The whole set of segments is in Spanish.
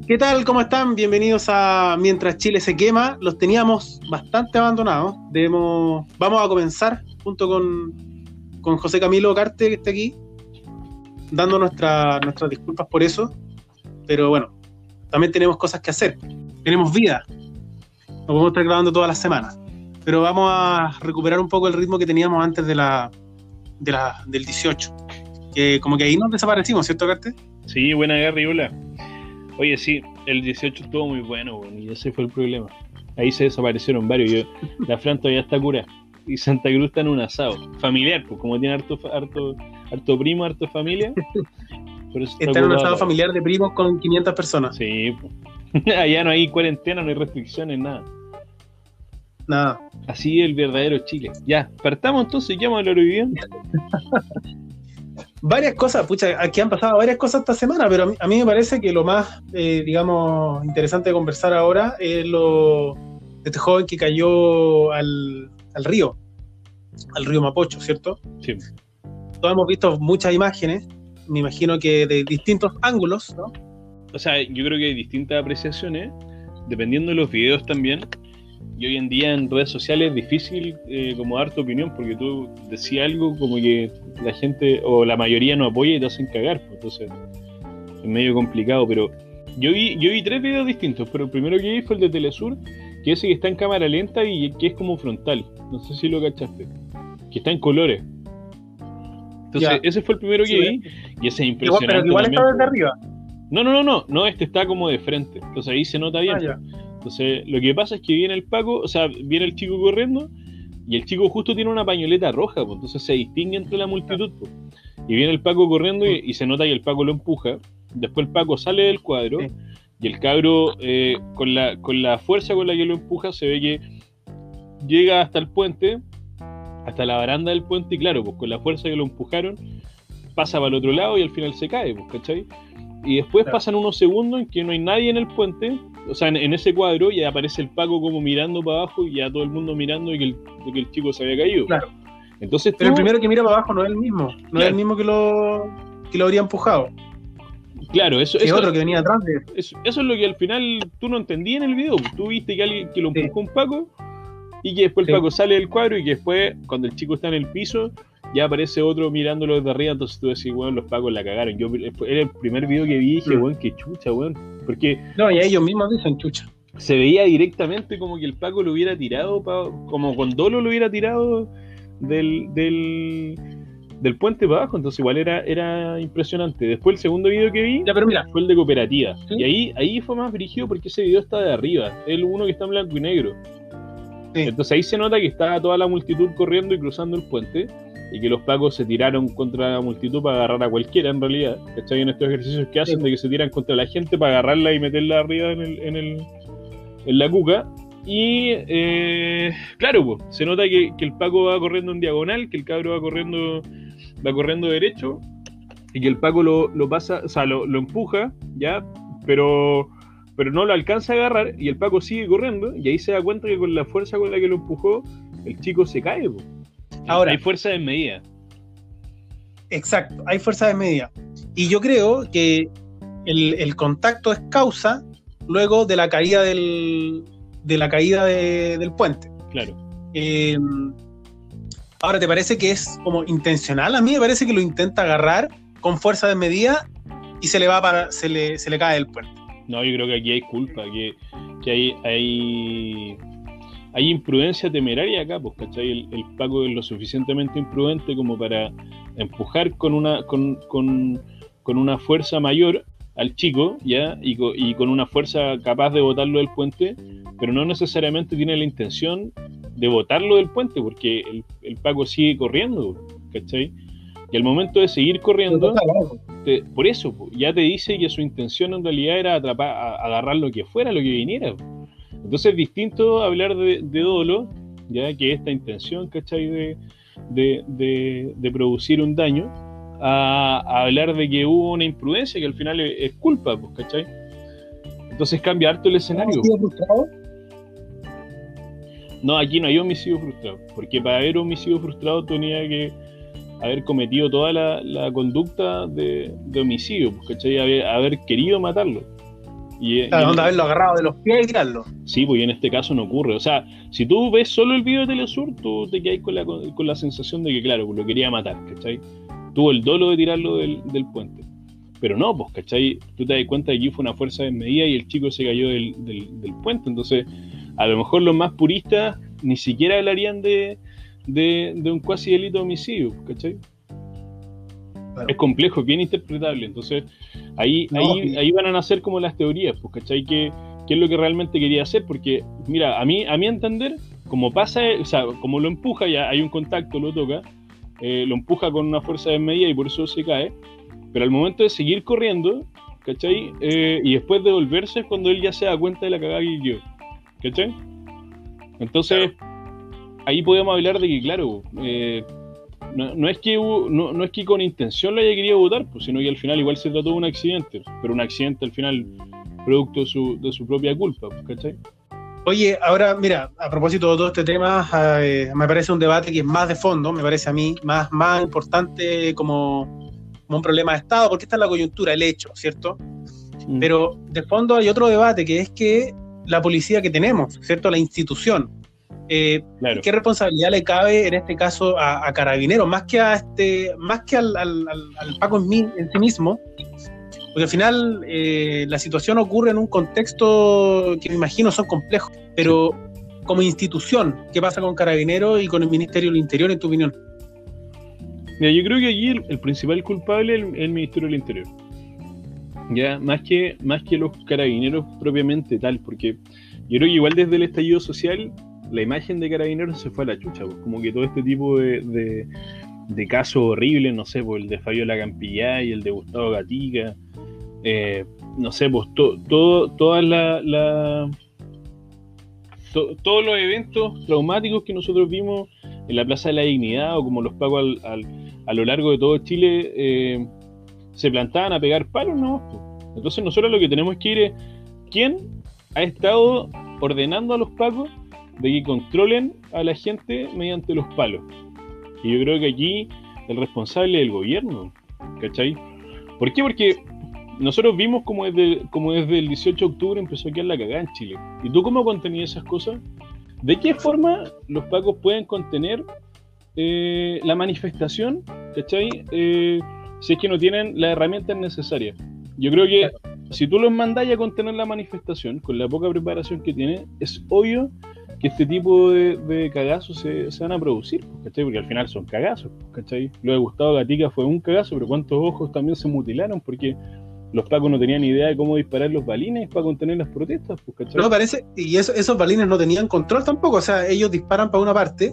¿Qué tal? ¿Cómo están? Bienvenidos a Mientras Chile se quema. Los teníamos bastante abandonados. Vamos a comenzar junto con José Camilo Carte, que está aquí, dando nuestras disculpas por eso. Pero bueno, también tenemos cosas que hacer. Tenemos vida. No podemos estar grabando todas las semanas. Pero vamos a recuperar un poco el ritmo que teníamos antes del 18. Que como que ahí nos desaparecimos, ¿cierto, Carte? Sí, buena Gary, hola. Oye, sí, el 18 estuvo muy bueno, y ese fue el problema. Ahí se desaparecieron varios. La Fran todavía está cura. Y Santa Cruz está en un asado. Familiar, pues como tiene harto primo, harto familia. Por eso está en un asado familiar de primos con 500 personas. Sí, pues. Allá no hay cuarentena, no hay restricciones, nada. Nada. Así es el verdadero Chile. Ya, partamos entonces, ya vamos a hablar hoy día. Varias cosas, pucha, aquí han pasado varias cosas esta semana, pero a mí me parece que lo más, digamos, interesante de conversar ahora es de este joven que cayó al río Mapocho, ¿cierto? Sí. Todos hemos visto muchas imágenes, me imagino que de distintos ángulos, ¿no? O sea, yo creo que hay distintas apreciaciones, dependiendo de los videos también. Y hoy en día en redes sociales es difícil como dar tu opinión, porque tú decías algo como que la gente o la mayoría no apoya y te hacen cagar, pues, entonces es medio complicado. Pero yo vi 3 videos distintos, pero el primero que vi fue el de Telesur, que ese que está en cámara lenta y que es como frontal, no sé si lo cachaste, que está en colores. Entonces ya. Ese fue el primero que vi y ese es impresionante. Pero igual también está desde arriba. No, este está como de frente, entonces ahí se nota bien. Entonces, lo que pasa es que viene viene el chico corriendo y el chico justo tiene una pañoleta roja, pues, entonces se distingue entre la multitud. Pues. Y viene el Paco corriendo y se nota que el Paco lo empuja. Después el Paco sale del cuadro y el cabro, con la fuerza con la que lo empuja, se ve que llega hasta el puente, hasta la baranda del puente, y claro, pues con la fuerza que lo empujaron, pasa para el otro lado y al final se cae, pues, ¿cachai? Y después pasan unos segundos en que no hay nadie en el puente, o sea, en ese cuadro, y aparece el Paco como mirando para abajo y ya todo el mundo mirando de que el chico se había caído. Claro. Entonces pero el primero que mira para abajo no es el mismo, es el mismo que lo habría empujado. Claro, eso es otro que venía atrás de eso es lo que al final tú no entendías en el video. Tú viste que alguien que lo empujó un Paco y que después el Paco sale del cuadro y que después, cuando el chico está en el piso, ya aparece otro mirándolo desde arriba. Entonces tú decís, weón, los Pacos la cagaron. Era el primer video que vi y dije, weón, qué chucha, weón. Porque no, y ellos mismos dicen chucha. Se veía directamente como que el Paco lo hubiera tirado, como con dolo lo hubiera tirado del puente para abajo. Entonces igual era impresionante. Después el segundo video que vi fue el de Cooperativa. ¿Sí? Y ahí fue más brígido porque ese video está de arriba. Es el uno que está en blanco y negro. Sí. Entonces ahí se nota que estaba toda la multitud corriendo y cruzando el puente, y que los Pacos se tiraron contra la multitud para agarrar a cualquiera, en realidad. ¿Cachai? En estos ejercicios que hacen de que se tiran contra la gente para agarrarla y meterla arriba en la cuca. Y claro, pues, se nota que el Paco va corriendo en diagonal, que el cabro va corriendo derecho, y que el Paco lo pasa, o sea, lo empuja, ya, pero no lo alcanza a agarrar, y el Paco sigue corriendo, y ahí se da cuenta que con la fuerza con la que lo empujó, el chico se cae, pues. Ahora, hay fuerza desmedida. Exacto, hay fuerza desmedida. Y yo creo que el contacto es causa luego de la caída del puente. Claro. Ahora, ¿te parece que es como intencional? A mí me parece que lo intenta agarrar con fuerza desmedida y se le cae el puente. No, yo creo que aquí hay culpa, que hay imprudencia temeraria acá, pues, ¿cachai? El Paco es lo suficientemente imprudente como para empujar con una fuerza mayor al chico, ¿ya? Y con una fuerza capaz de botarlo del puente, pero no necesariamente tiene la intención de botarlo del puente, porque el Paco sigue corriendo, ¿cachai? Y al momento de seguir corriendo, por eso, ya te dice que su intención en realidad era agarrar lo que fuera, lo que viniera. Entonces es distinto hablar de dolo, ya que esta intención, ¿cachai? De producir un daño, a hablar de que hubo una imprudencia que al final es culpa, pues, ¿cachai? Entonces cambia harto el escenario. ¿Homicidio frustrado? No, aquí no hay homicidio frustrado, porque para haber homicidio frustrado tenía que haber cometido toda la conducta de homicidio, pues, ¿cachai? Haber querido matarlo. Claro, onda haberlo agarrado de los pies y tirarlo. Sí, pues en este caso no ocurre. O sea, si tú ves solo el video de Telesur, tú te quedas con la sensación de que, claro, pues lo quería matar, ¿cachai? Tuvo el dolo de tirarlo del puente. Pero no, pues, ¿cachai? Tú te das cuenta de que aquí fue una fuerza desmedida y el chico se cayó del puente. Entonces, a lo mejor los más puristas ni siquiera hablarían de un cuasi delito de homicidio, ¿cachai? Claro. Es complejo, bien interpretable. Entonces, ahí van a nacer como las teorías, pues, ¿cachai? ¿Qué es lo que realmente quería hacer? Porque, mira, a mi entender, como pasa, o sea, como lo empuja, ya hay un contacto, lo toca, lo empuja con una fuerza desmedida y por eso se cae, pero al momento de seguir corriendo, ¿cachai? Y después de volverse es cuando él ya se da cuenta de la cagada que quedó, ¿cachai? Entonces, ahí podemos hablar de que, claro, no es que con intención lo haya querido botar, pues, sino que al final igual se trató de un accidente, pero un accidente al final producto de su propia culpa, ¿cachai? Oye, ahora, mira, a propósito de todo este tema, me parece un debate que es más de fondo, me parece a mí más importante como un problema de Estado, porque esta es la coyuntura, el hecho, ¿cierto? Pero de fondo hay otro debate, que es que la policía que tenemos, ¿cierto? La institución, claro. ¿Qué responsabilidad le cabe en este caso a Carabineros, más que al Paco en sí mismo? Porque al final la situación ocurre en un contexto que me imagino son complejos, pero como institución, ¿qué pasa con Carabineros y con el Ministerio del Interior, en tu opinión? Mira, yo creo que allí el principal culpable es el Ministerio del Interior. Ya, más que los Carabineros propiamente tal, porque yo creo que igual desde el estallido social la imagen de Carabineros se fue a la chucha, pues, como que todo este tipo de casos horribles, no sé, pues el de Fabiola Campillay y el de Gustavo Gatica, no sé, pues todos los eventos traumáticos que nosotros vimos en la Plaza de la Dignidad, o como los pagos a lo largo de todo Chile, se plantaban a pegar palos, ¿no? Entonces nosotros lo que tenemos que ir es quién ha estado ordenando a los pacos de que controlen a la gente mediante los palos. Y yo creo que aquí el responsable es el gobierno, ¿cachai? ¿Por qué? Porque nosotros vimos como desde el 18 de octubre empezó a quedar la cagada en Chile. ¿Y tú cómo contenías esas cosas? ¿De qué forma los pacos pueden contener la manifestación, ¿cachai? Si es que no tienen las herramientas necesarias. Yo creo que si tú los mandáis a contener la manifestación con la poca preparación que tienen, es obvio que este tipo de cagazos se van a producir, ¿cachai? Porque al final son cagazos, ¿cachai? Lo de Gustavo Gatica fue un cagazo, pero cuántos ojos también se mutilaron porque los pacos no tenían idea de cómo disparar los balines para contener las protestas, ¿cachai? No, parece, y esos balines no tenían control tampoco, o sea, ellos disparan para una parte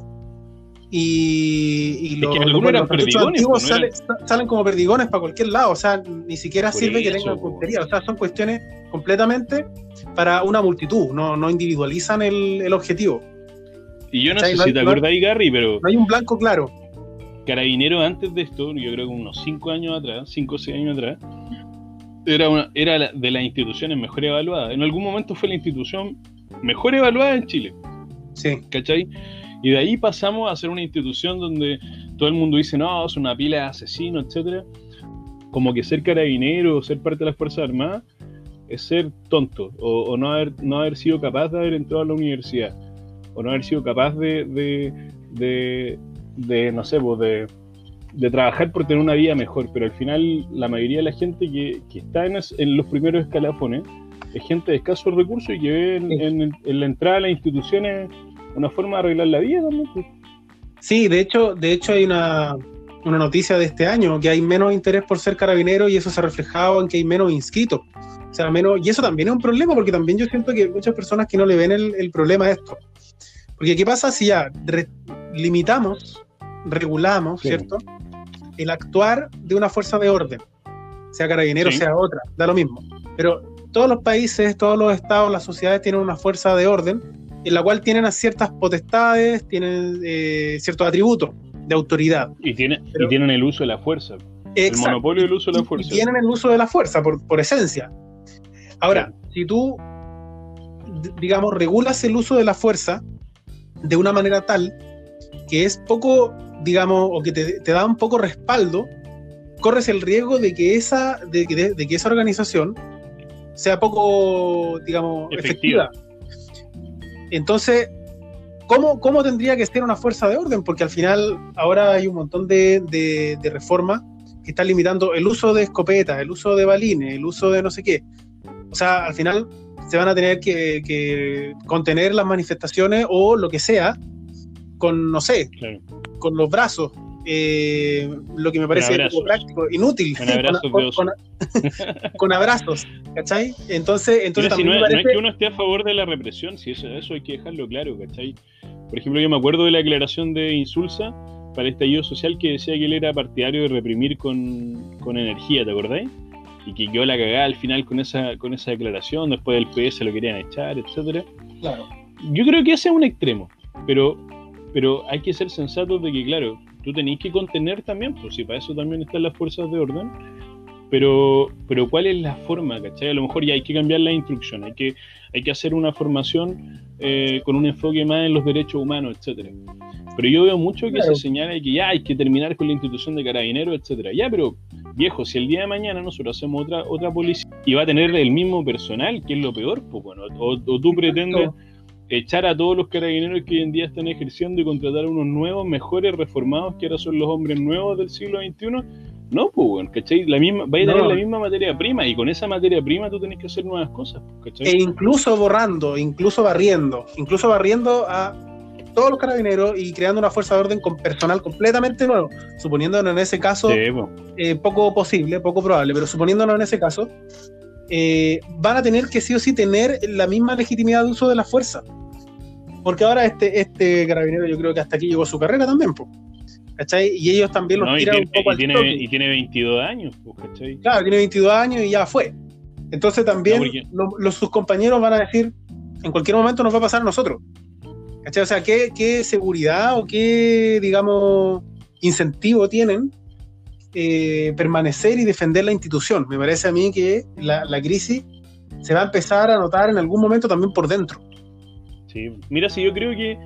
y los antiguos salen como perdigones para cualquier lado, o sea, ni siquiera sirve que tengan puntería, o sea, son cuestiones completamente para una multitud, no individualizan el objetivo. Y yo no sé si te acuerdas ahí, Gary, pero no hay un blanco claro. Carabineros antes de esto, yo creo que unos 5 o 6 años atrás, era de las instituciones mejor evaluadas. En algún momento fue la institución mejor evaluada en Chile. Sí. ¿Cachai? Y de ahí pasamos a ser una institución donde todo el mundo dice, no, es una pila de asesinos, etcétera. Como que ser carabinero o ser parte de las Fuerzas Armadas es ser tonto, o no haber sido capaz de haber entrado a la universidad, o no haber sido capaz de no sé, pues de trabajar por tener una vida mejor. Pero al final la mayoría de la gente que está en los primeros escalafones es gente de escasos recursos y que ve en la entrada a las instituciones una forma de arreglar la vida también. Sí, de hecho hay una noticia de este año, que hay menos interés por ser carabinero y eso se ha reflejado en que hay menos inscritos. O sea, y eso también es un problema, porque también yo siento que hay muchas personas que no le ven el problema a esto. Porque ¿qué pasa si ya limitamos, regulamos, sí, ¿cierto?, el actuar de una fuerza de orden, sea carabinero, sí, sea otra, da lo mismo. Pero todos los países, todos los estados, las sociedades tienen una fuerza de orden en la cual tienen ciertas potestades, tienen ciertos atributos de autoridad. Y tienen el uso de la fuerza. Exacto. El monopolio del uso de la fuerza. Y tienen el uso de la fuerza, por esencia. Ahora, sí, si tú, digamos, regulas el uso de la fuerza de una manera tal que es poco, digamos, o que te da un poco respaldo, corres el riesgo de que esa organización sea poco, digamos, efectiva. Entonces, ¿cómo tendría que ser una fuerza de orden? Porque al final ahora hay un montón de reformas que están limitando el uso de escopetas, el uso de balines, el uso de no sé qué. O sea, al final se van a tener que contener las manifestaciones o lo que sea con, no sé, claro, con los brazos. Lo que me parece poco práctico, inútil, con abrazos, ¿cachai? Entonces también no, me parece... no es que uno esté a favor de la represión, si eso hay que dejarlo claro, ¿cachai? Por ejemplo, yo me acuerdo de la declaración de Insulza para el estallido social que decía que él era partidario de reprimir con energía, ¿te acordáis? Y que quedó la cagada al final con esa declaración, después del PS lo querían echar, etcétera. Claro. Yo creo que ese es un extremo, pero hay que ser sensatos de que, claro, tú tenés que contener también, pues si para eso también están las fuerzas de orden, pero ¿cuál es la forma, cachai? A lo mejor ya hay que cambiar la instrucción, hay que hacer una formación con un enfoque más en los derechos humanos, etcétera. Pero yo veo mucho que claro, se señala que ya hay que terminar con la institución de carabineros, etcétera. Ya, pero viejo, si el día de mañana nosotros hacemos otra policía y va a tener el mismo personal, que es lo peor, pues bueno, o tú pretendes echar a todos los carabineros que hoy en día están ejerciendo y contratar a unos nuevos, mejores, reformados, que ahora son los hombres nuevos del siglo XXI. No, pues, bueno, ¿cachai? Va a tener la misma materia prima, y con esa materia prima tú tenés que hacer nuevas cosas, ¿cachai? E incluso barriendo a todos los carabineros y creando una fuerza de orden con personal completamente nuevo, suponiéndonos en ese caso, poco posible, poco probable, pero suponiéndonos en ese caso, van a tener que sí o sí tener la misma legitimidad de uso de la fuerza, porque ahora este carabinero yo creo que hasta aquí llegó su carrera también, ¿cachai? Y ellos también los tiran un poco al toque. Y tiene 22 años, ¿cachai? Claro, tiene 22 años y ya fue. Entonces también sus compañeros van a decir, en cualquier momento nos va a pasar a nosotros, ¿cachai? O sea, ¿qué seguridad o qué, digamos, incentivo tienen permanecer y defender la institución? Me parece a mí que la crisis se va a empezar a notar en algún momento también por dentro. Sí, mira, si yo creo que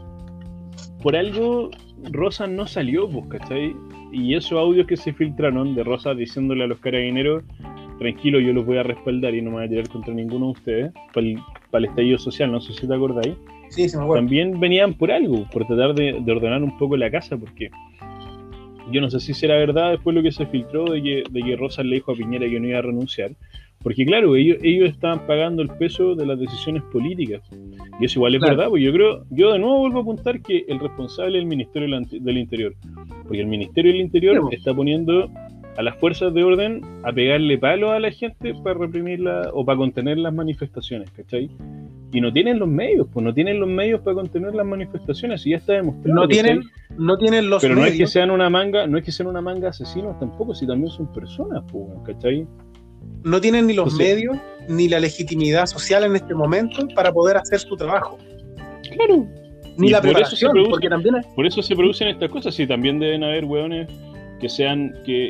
por algo Rosas no salió, pues, ¿cachai? Y esos audios que se filtraron de Rosas diciéndole a los carabineros, tranquilo, yo los voy a respaldar y no me voy a tirar contra ninguno de ustedes, para el estallido social, no sé si te acordáis. Sí, me acuerdo. También venían por algo, por tratar de ordenar un poco la casa, porque yo no sé si será verdad después lo que se filtró de que Rosas le dijo a Piñera que no iba a renunciar, porque claro, ellos estaban pagando el peso de las decisiones políticas, y eso igual es verdad, porque yo de nuevo vuelvo a apuntar que el responsable es el Ministerio del Interior, porque el Ministerio del Interior está poniendo a las fuerzas de orden a pegarle palos a la gente para reprimirla o para contener las manifestaciones, ¿cachai? Y no tienen los medios, pues no tienen los medios para contener las manifestaciones, y ya está demostrado. No tienen los pero medios. No es que sean una manga asesinos tampoco, si también son personas, pues, ¿cachai? No tienen ni los medios ni la legitimidad social en este momento para poder hacer su trabajo. Claro. Ni la preparación, porque también por eso se producen estas cosas, y también deben haber hueones que sean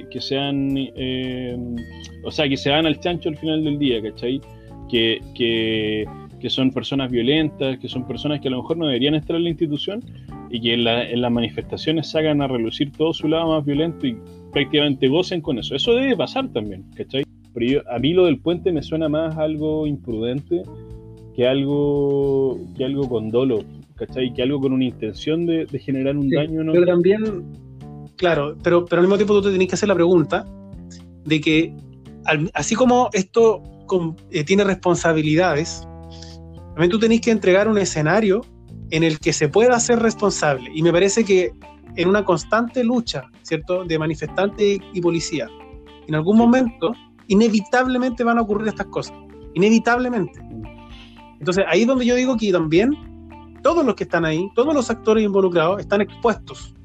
o sea, que se van al chancho al final del día, ¿cachai? Que son personas violentas, que son personas que a lo mejor no deberían estar en la institución, y que en las manifestaciones sacan a relucir todo su lado más violento y prácticamente gocen con eso. Eso debe pasar también, ¿cachai? Pero a mí lo del puente me suena más algo imprudente que algo con dolo, ¿cachai? Que algo con una intención de generar un daño, ¿no? Pero también, claro, pero al mismo tiempo tú te tenés que hacer la pregunta de que, así como esto tiene responsabilidades, también tú tenés que entregar un escenario en el que se pueda ser responsable. Y me parece que en una constante lucha, ¿cierto?, de manifestantes y policía, en algún momento inevitablemente van a ocurrir estas cosas, inevitablemente. Entonces ahí es donde yo digo que también todos los que están ahí, todos los actores involucrados están expuestos,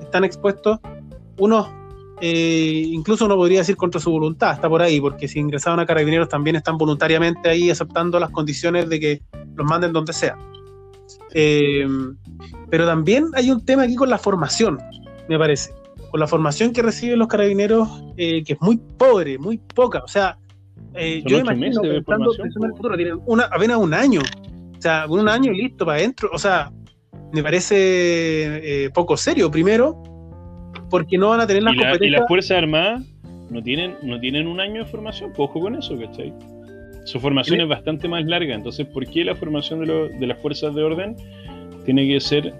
unos incluso uno podría decir contra su voluntad, está por ahí, porque si ingresaron a Carabineros también están voluntariamente ahí aceptando las condiciones de que los manden donde sea. Pero también hay un tema aquí con la formación, me parece, con la formación que reciben los Carabineros, que es muy pobre, muy poca. O sea, yo imagino pensando en el futuro, tienen apenas un año, o sea, un año y listo para adentro. O sea, me parece poco serio, primero porque no van a tener las competencias. Y las Fuerzas Armadas no tienen un año de formación, pues ojo con eso, ¿cachai? Su formación es bastante más larga, entonces ¿por qué la formación de las fuerzas de orden tiene que ser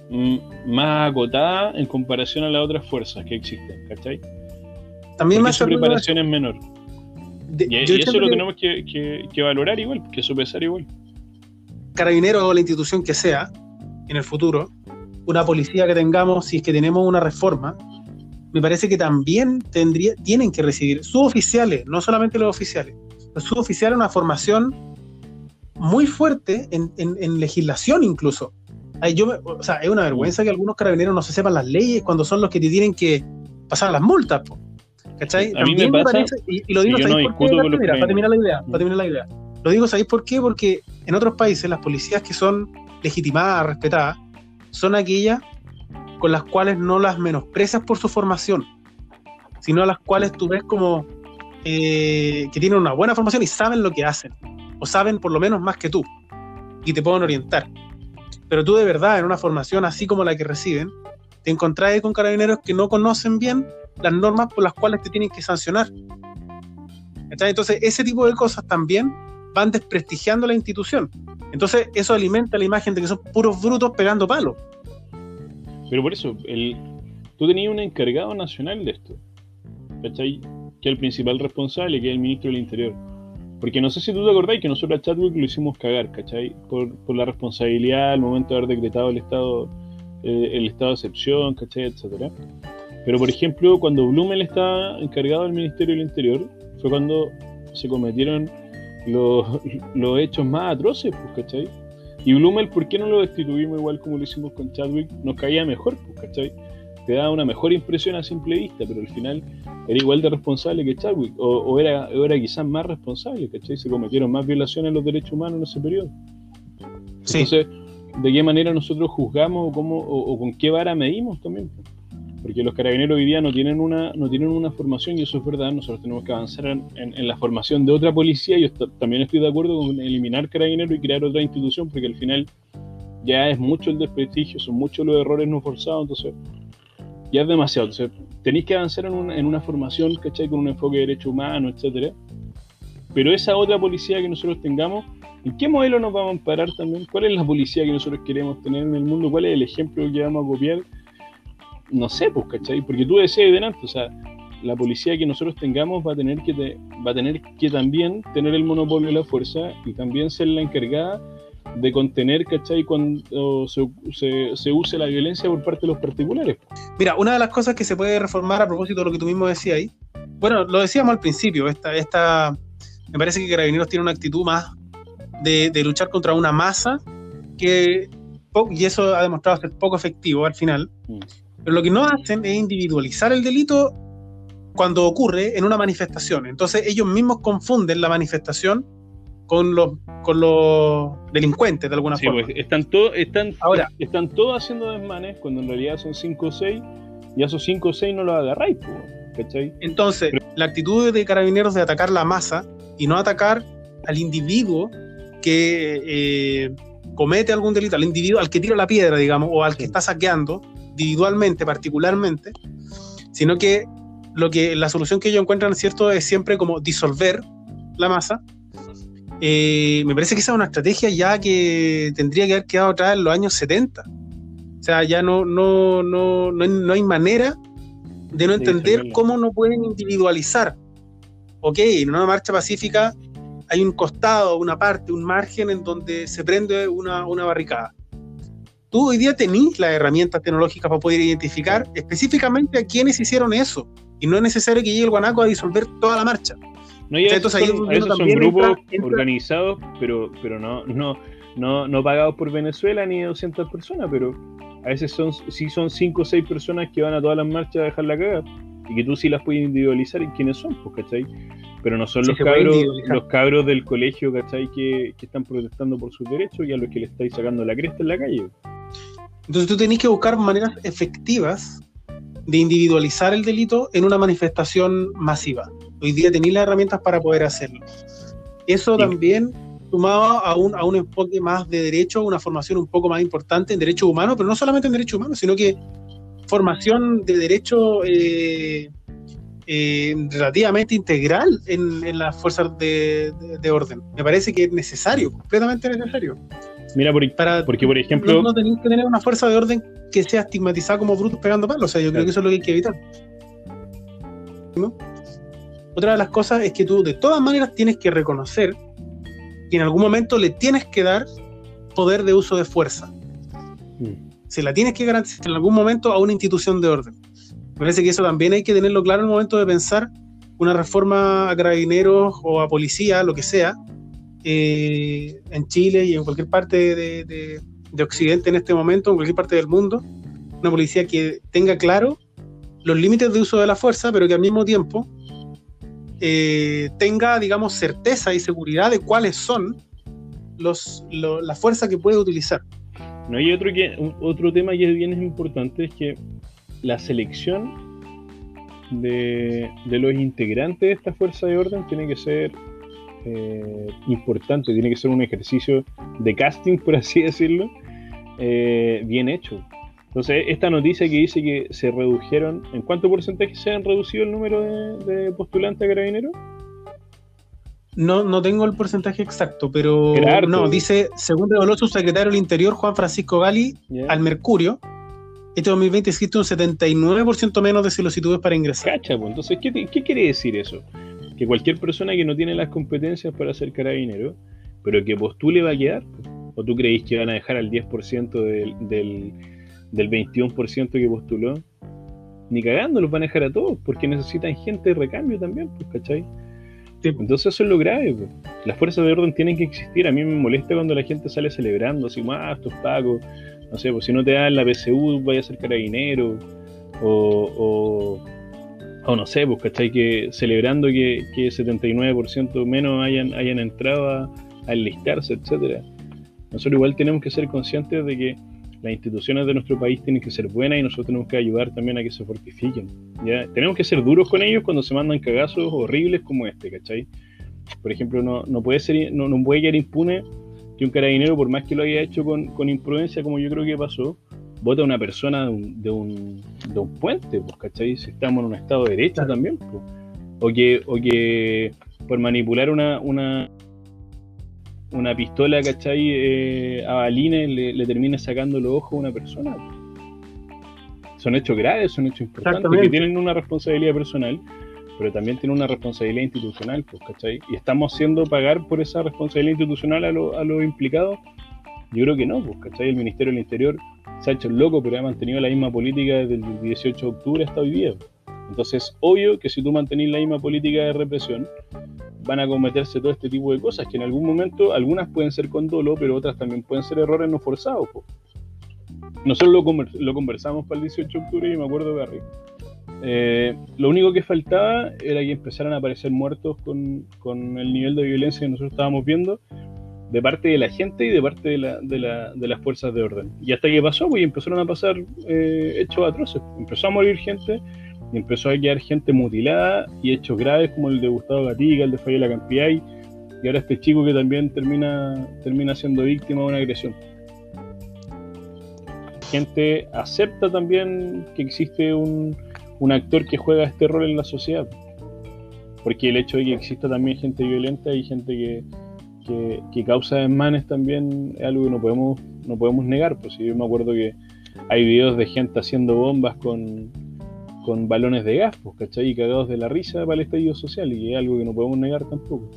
más acotada en comparación a las otras fuerzas que existen? ¿Cachai? También porque su preparación es menor. Y eso lo tenemos que valorar igual, que sopesar igual. Carabineros o la institución que sea, en el futuro, una policía que tengamos, si es que tenemos una reforma, me parece que también tienen que recibir suboficiales, no solamente los oficiales, los suboficiales, una formación muy fuerte en legislación incluso. O sea, es una vergüenza que algunos carabineros no se sepan las leyes cuando son los que te tienen que pasar las multas, po. ¿Cachai? A mí me parece, y lo digo, ¿sabéis por qué? Mira, para terminar la idea. Lo digo, ¿sabéis por qué? Porque en otros países las policías que son legitimadas, respetadas, son aquellas con las cuales no las menosprecias por su formación, sino a las cuales tú ves como que tienen una buena formación y saben lo que hacen, o saben por lo menos más que tú, y te pueden orientar. Pero tú de verdad, en una formación así como la que reciben, te encontrás con carabineros que no conocen bien las normas por las cuales te tienen que sancionar. Entonces, ese tipo de cosas también van desprestigiando la institución. Entonces, eso alimenta la imagen de que son puros brutos pegando palos. Pero por eso, tú tenías un encargado nacional de esto, ¿cachai? Que es el principal responsable, que es el ministro del Interior. Porque no sé si tú te acordás que nosotros a Chadwick lo hicimos cagar, ¿cachai? Por la responsabilidad al momento de haber decretado el estado de excepción, ¿cachai? Etcétera. Pero, por ejemplo, cuando Blumel estaba encargado del Ministerio del Interior, fue cuando se cometieron los hechos más atroces, pues, ¿cachai? Y Blumel, ¿por qué no lo destituimos igual como lo hicimos con Chadwick? Nos caía mejor, pues, ¿cachai? Te daba una mejor impresión a simple vista, pero al final era igual de responsable que Chadwick, o era quizás más responsable, ¿cachai? Se cometieron más violaciones a los derechos humanos en ese periodo. Sí. Entonces, ¿de qué manera nosotros juzgamos o con qué vara medimos también? Porque los carabineros hoy día no tienen una formación, y eso es verdad. Nosotros tenemos que avanzar en la formación de otra policía. Yo también estoy de acuerdo con eliminar carabineros y crear otra institución, porque al final ya es mucho el desprestigio, son muchos los errores no forzados, entonces ya es demasiado. Entonces tenéis que avanzar en una formación, ¿cachai? Con un enfoque de derechos humanos, etcétera. Pero esa otra policía que nosotros tengamos, ¿en qué modelo nos vamos a amparar también? ¿Cuál es la policía que nosotros queremos tener en el mundo? ¿Cuál es el ejemplo que vamos a copiar? No sé, pues, ¿cachai? Porque tú decías delante, o sea, la policía que nosotros tengamos va a tener que también tener el monopolio de la fuerza y también ser la encargada de contener, ¿cachai? Cuando se use la violencia por parte de los particulares. Mira, una de las cosas que se puede reformar a propósito de lo que tú mismo decías ahí, bueno, lo decíamos al principio, me parece que Carabineros tiene una actitud más de luchar contra una masa y eso ha demostrado ser poco efectivo al final. Pero lo que no hacen es individualizar el delito cuando ocurre en una manifestación. Entonces ellos mismos confunden la manifestación con los delincuentes de alguna forma. Pues están todos haciendo desmanes cuando en realidad son 5 o 6, y a esos 5 o 6 no los agarráis, ¿cachai? Entonces, la actitud de Carabineros de atacar la masa y no atacar al individuo que comete algún delito, al individuo, al que tira la piedra, digamos, o al que está saqueando individualmente, particularmente, sino que la solución que ellos encuentran, ¿cierto?, es siempre como disolver la masa. Me parece que esa es una estrategia ya que tendría que haber quedado atrás en los años 70. O sea, ya no hay manera de no entender cómo no pueden individualizar. Ok, en una marcha pacífica hay un costado, una parte, un margen en donde se prende una barricada. Tú hoy día tenés las herramientas tecnológicas para poder identificar específicamente a quienes hicieron eso, y no es necesario que llegue el guanaco a disolver toda la marcha. No, ya esos son grupos organizados, pero no pagados por Venezuela ni 200 personas, pero a veces son 5 o 6 personas que van a todas las marchas a dejar la cagada, y que tú sí las puedes individualizar en quiénes son, pues, ¿cachai? Pero no son los cabros del colegio, ¿cachai? Que están protestando por sus derechos y a los que le estáis sacando la cresta en la calle. Entonces tú tenés que buscar maneras efectivas de individualizar el delito en una manifestación masiva. Hoy día tenéis las herramientas para poder hacerlo. Eso también sumado a un enfoque más de derecho, una formación un poco más importante en derechos humanos, pero no solamente en derechos humanos, sino que formación de derecho relativamente integral en las fuerzas de orden. Me parece que es necesario, completamente necesario. Mira, porque por ejemplo... No tenéis que tener una fuerza de orden que sea estigmatizada como brutos pegando palos. O sea, yo creo que eso es lo que hay que evitar, ¿no? Otra de las cosas es que tú de todas maneras tienes que reconocer que en algún momento le tienes que dar poder de uso de fuerza. Se la tienes que garantizar en algún momento a una institución de orden. Me parece que eso también hay que tenerlo claro en el momento de pensar una reforma a carabineros o a policía, lo que sea, en Chile y en cualquier parte de Occidente en este momento, en cualquier parte del mundo, una policía que tenga claro los límites de uso de la fuerza, pero que al mismo tiempo tenga, digamos, certeza y seguridad de cuáles son la fuerza que puede utilizar. No hay otro tema que bien es importante, es que la selección de los integrantes de esta fuerza de orden tiene que ser importante, tiene que ser un ejercicio de casting, por así decirlo, bien hecho. Entonces, esta noticia que dice que se redujeron, ¿en cuánto porcentaje se han reducido el número de postulantes a carabineros? No tengo el porcentaje exacto, pero no, dice, según reveló su secretario del Interior, Juan Francisco Gali, al Mercurio, este 2020 existe un 79% menos de solicitudes para ingresar. Cacha, pues. Entonces, ¿qué quiere decir eso? Que cualquier persona que no tiene las competencias para ser carabinero, pero que postule, va a quedar. ¿O tú creís que van a dejar al 10% del 21% que postuló? Ni cagando, los van a dejar a todos, porque necesitan gente de recambio también, pues, ¿cachai? Sí. Entonces eso es lo grave, pues. Las fuerzas de orden tienen que existir. A mí me molesta cuando la gente sale celebrando, así como, estos pacos, no sé, pues si no te dan la PSU, vaya a ser carabinero, o no sé, pues, ¿cachai? Que celebrando que 79% menos hayan entrado a enlistarse, etcétera. Nosotros igual tenemos que ser conscientes de que las instituciones de nuestro país tienen que ser buenas y nosotros tenemos que ayudar también a que se fortifiquen, ¿ya? Tenemos que ser duros con ellos cuando se mandan cagazos horribles como este, ¿cachai? Por ejemplo, no puede quedar impune que un carabinero, por más que lo haya hecho con imprudencia, como yo creo que pasó, bota a una persona de un puente, pues, ¿cachai? Si estamos en un estado de derecho también, pues. O que por manipular una pistola, ¿cachai? A balines le termine sacando los ojos a una persona. Son hechos graves, son hechos importantes, que tienen una responsabilidad personal, pero también tienen una responsabilidad institucional, pues, ¿cachai? Y estamos haciendo pagar por esa responsabilidad institucional a los implicados. Yo creo que no, pues, ¿cachai? El Ministerio del Interior se ha hecho el loco, pero ha mantenido la misma política desde el 18 de octubre hasta hoy día. Entonces, obvio que si tú mantenís la misma política de represión, van a cometerse todo este tipo de cosas, que en algún momento, algunas pueden ser con dolo, pero otras también pueden ser errores no forzados, po. Nosotros lo conversamos para el 18 de octubre y me acuerdo de arriba. Lo único que faltaba era que empezaran a aparecer muertos con el nivel de violencia que nosotros estábamos viendo de parte de la gente y de parte de las fuerzas de orden. Y hasta que pasó, pues, empezaron a pasar hechos atroces. Empezó a morir gente y empezó a quedar gente mutilada y hechos graves como el de Gustavo Gatica, el de Fabiola Campiay, y ahora este chico que también termina siendo víctima de una agresión. Gente acepta también que existe un actor que juega este rol en la sociedad, porque el hecho de que exista también gente violenta y gente que causa desmanes también es algo que no podemos negar. Pues yo me acuerdo que hay videos de gente haciendo bombas con balones de gas, pues, ¿cachai? Y cagados de la risa para el estallido social, y es algo que no podemos negar tampoco.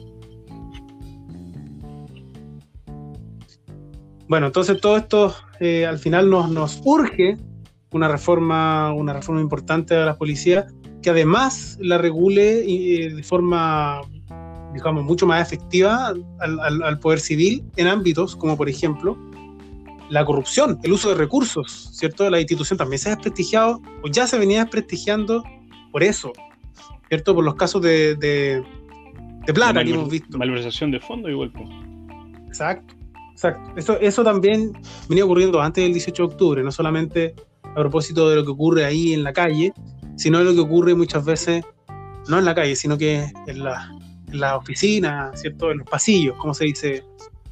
Bueno, entonces todo esto al final nos urge una reforma importante de la policía, que además la regule de forma, digamos, mucho más efectiva al poder civil en ámbitos como, por ejemplo, la corrupción, el uso de recursos, ¿cierto? La institución también se ha desprestigiado, o ya se venía desprestigiando por eso, ¿cierto? Por los casos de plata que hemos visto. Malversación de fondos igual. Exacto. Eso también venía ocurriendo antes del 18 de octubre, no solamente a propósito de lo que ocurre ahí en la calle, sino de lo que ocurre muchas veces, no en la calle, sino que en la oficina, ¿cierto? En los pasillos, como se dice.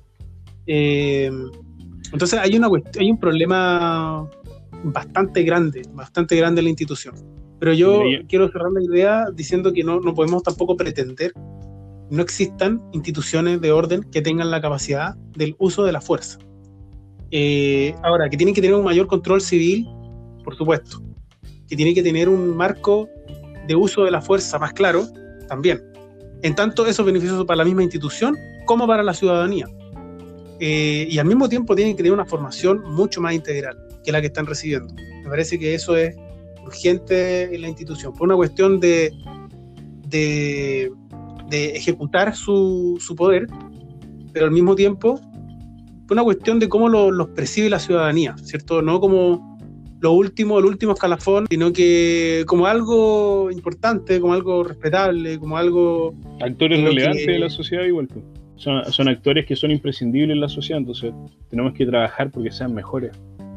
Entonces hay un problema bastante grande en la institución. Pero yo quiero cerrar la idea diciendo que no podemos tampoco pretender no existan instituciones de orden que tengan la capacidad del uso de la fuerza. Ahora, que tienen que tener un mayor control civil, por supuesto, que tienen que tener un marco de uso de la fuerza más claro, también. En tanto, eso es beneficioso para la misma institución como para la ciudadanía. Y al mismo tiempo tienen que tener una formación mucho más integral que la que están recibiendo. Me parece que eso es urgente en la institución, por una cuestión de ejecutar su poder, pero al mismo tiempo por una cuestión de cómo los percibe la ciudadanía, ¿cierto? No como el último escalafón, sino que como algo importante, como algo respetable, como algo... Actores relevantes de la sociedad igual, pues. Son actores que son imprescindibles en la sociedad, entonces tenemos que trabajar porque sean mejores.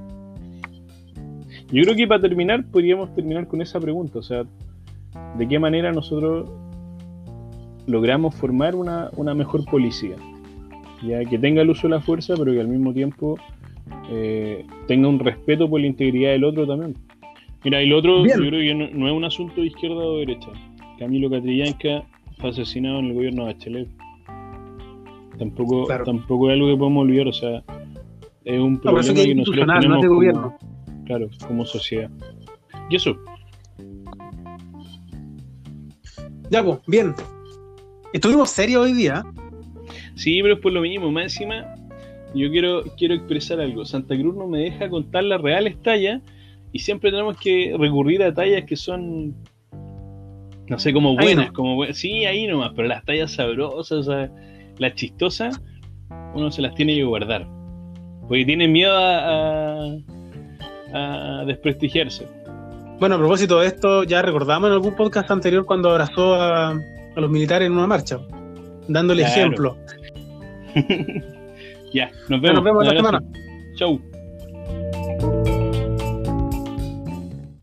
Yo creo que para terminar, podríamos terminar con esa pregunta, o sea, ¿de qué manera nosotros logramos formar una mejor policía? Ya que tenga el uso de la fuerza, pero que al mismo tiempo tenga un respeto por la integridad del otro también. Mira, el otro, yo creo que no es un asunto de izquierda o derecha. Camilo Catrillanca fue asesinado en el gobierno de Bachelet. Tampoco es algo que podemos olvidar, o sea, es un problema que nosotros tenemos como sociedad. Y eso. Ya, pues, bien. Estuvimos serios hoy día. Sí, pero es por lo mismo. Más encima, yo quiero expresar algo. Santa Cruz no me deja contar las reales tallas y siempre tenemos que recurrir a tallas que son, no sé, como buenas. Sí, ahí nomás, pero las tallas sabrosas, o sea, las chistosas, uno se las tiene que guardar. Porque tienen miedo a desprestigiarse. Bueno, a propósito de esto, ya recordamos en algún podcast anterior cuando abrazó a los militares en una marcha, dándole ejemplo. Ya, nos vemos la semana. Chau.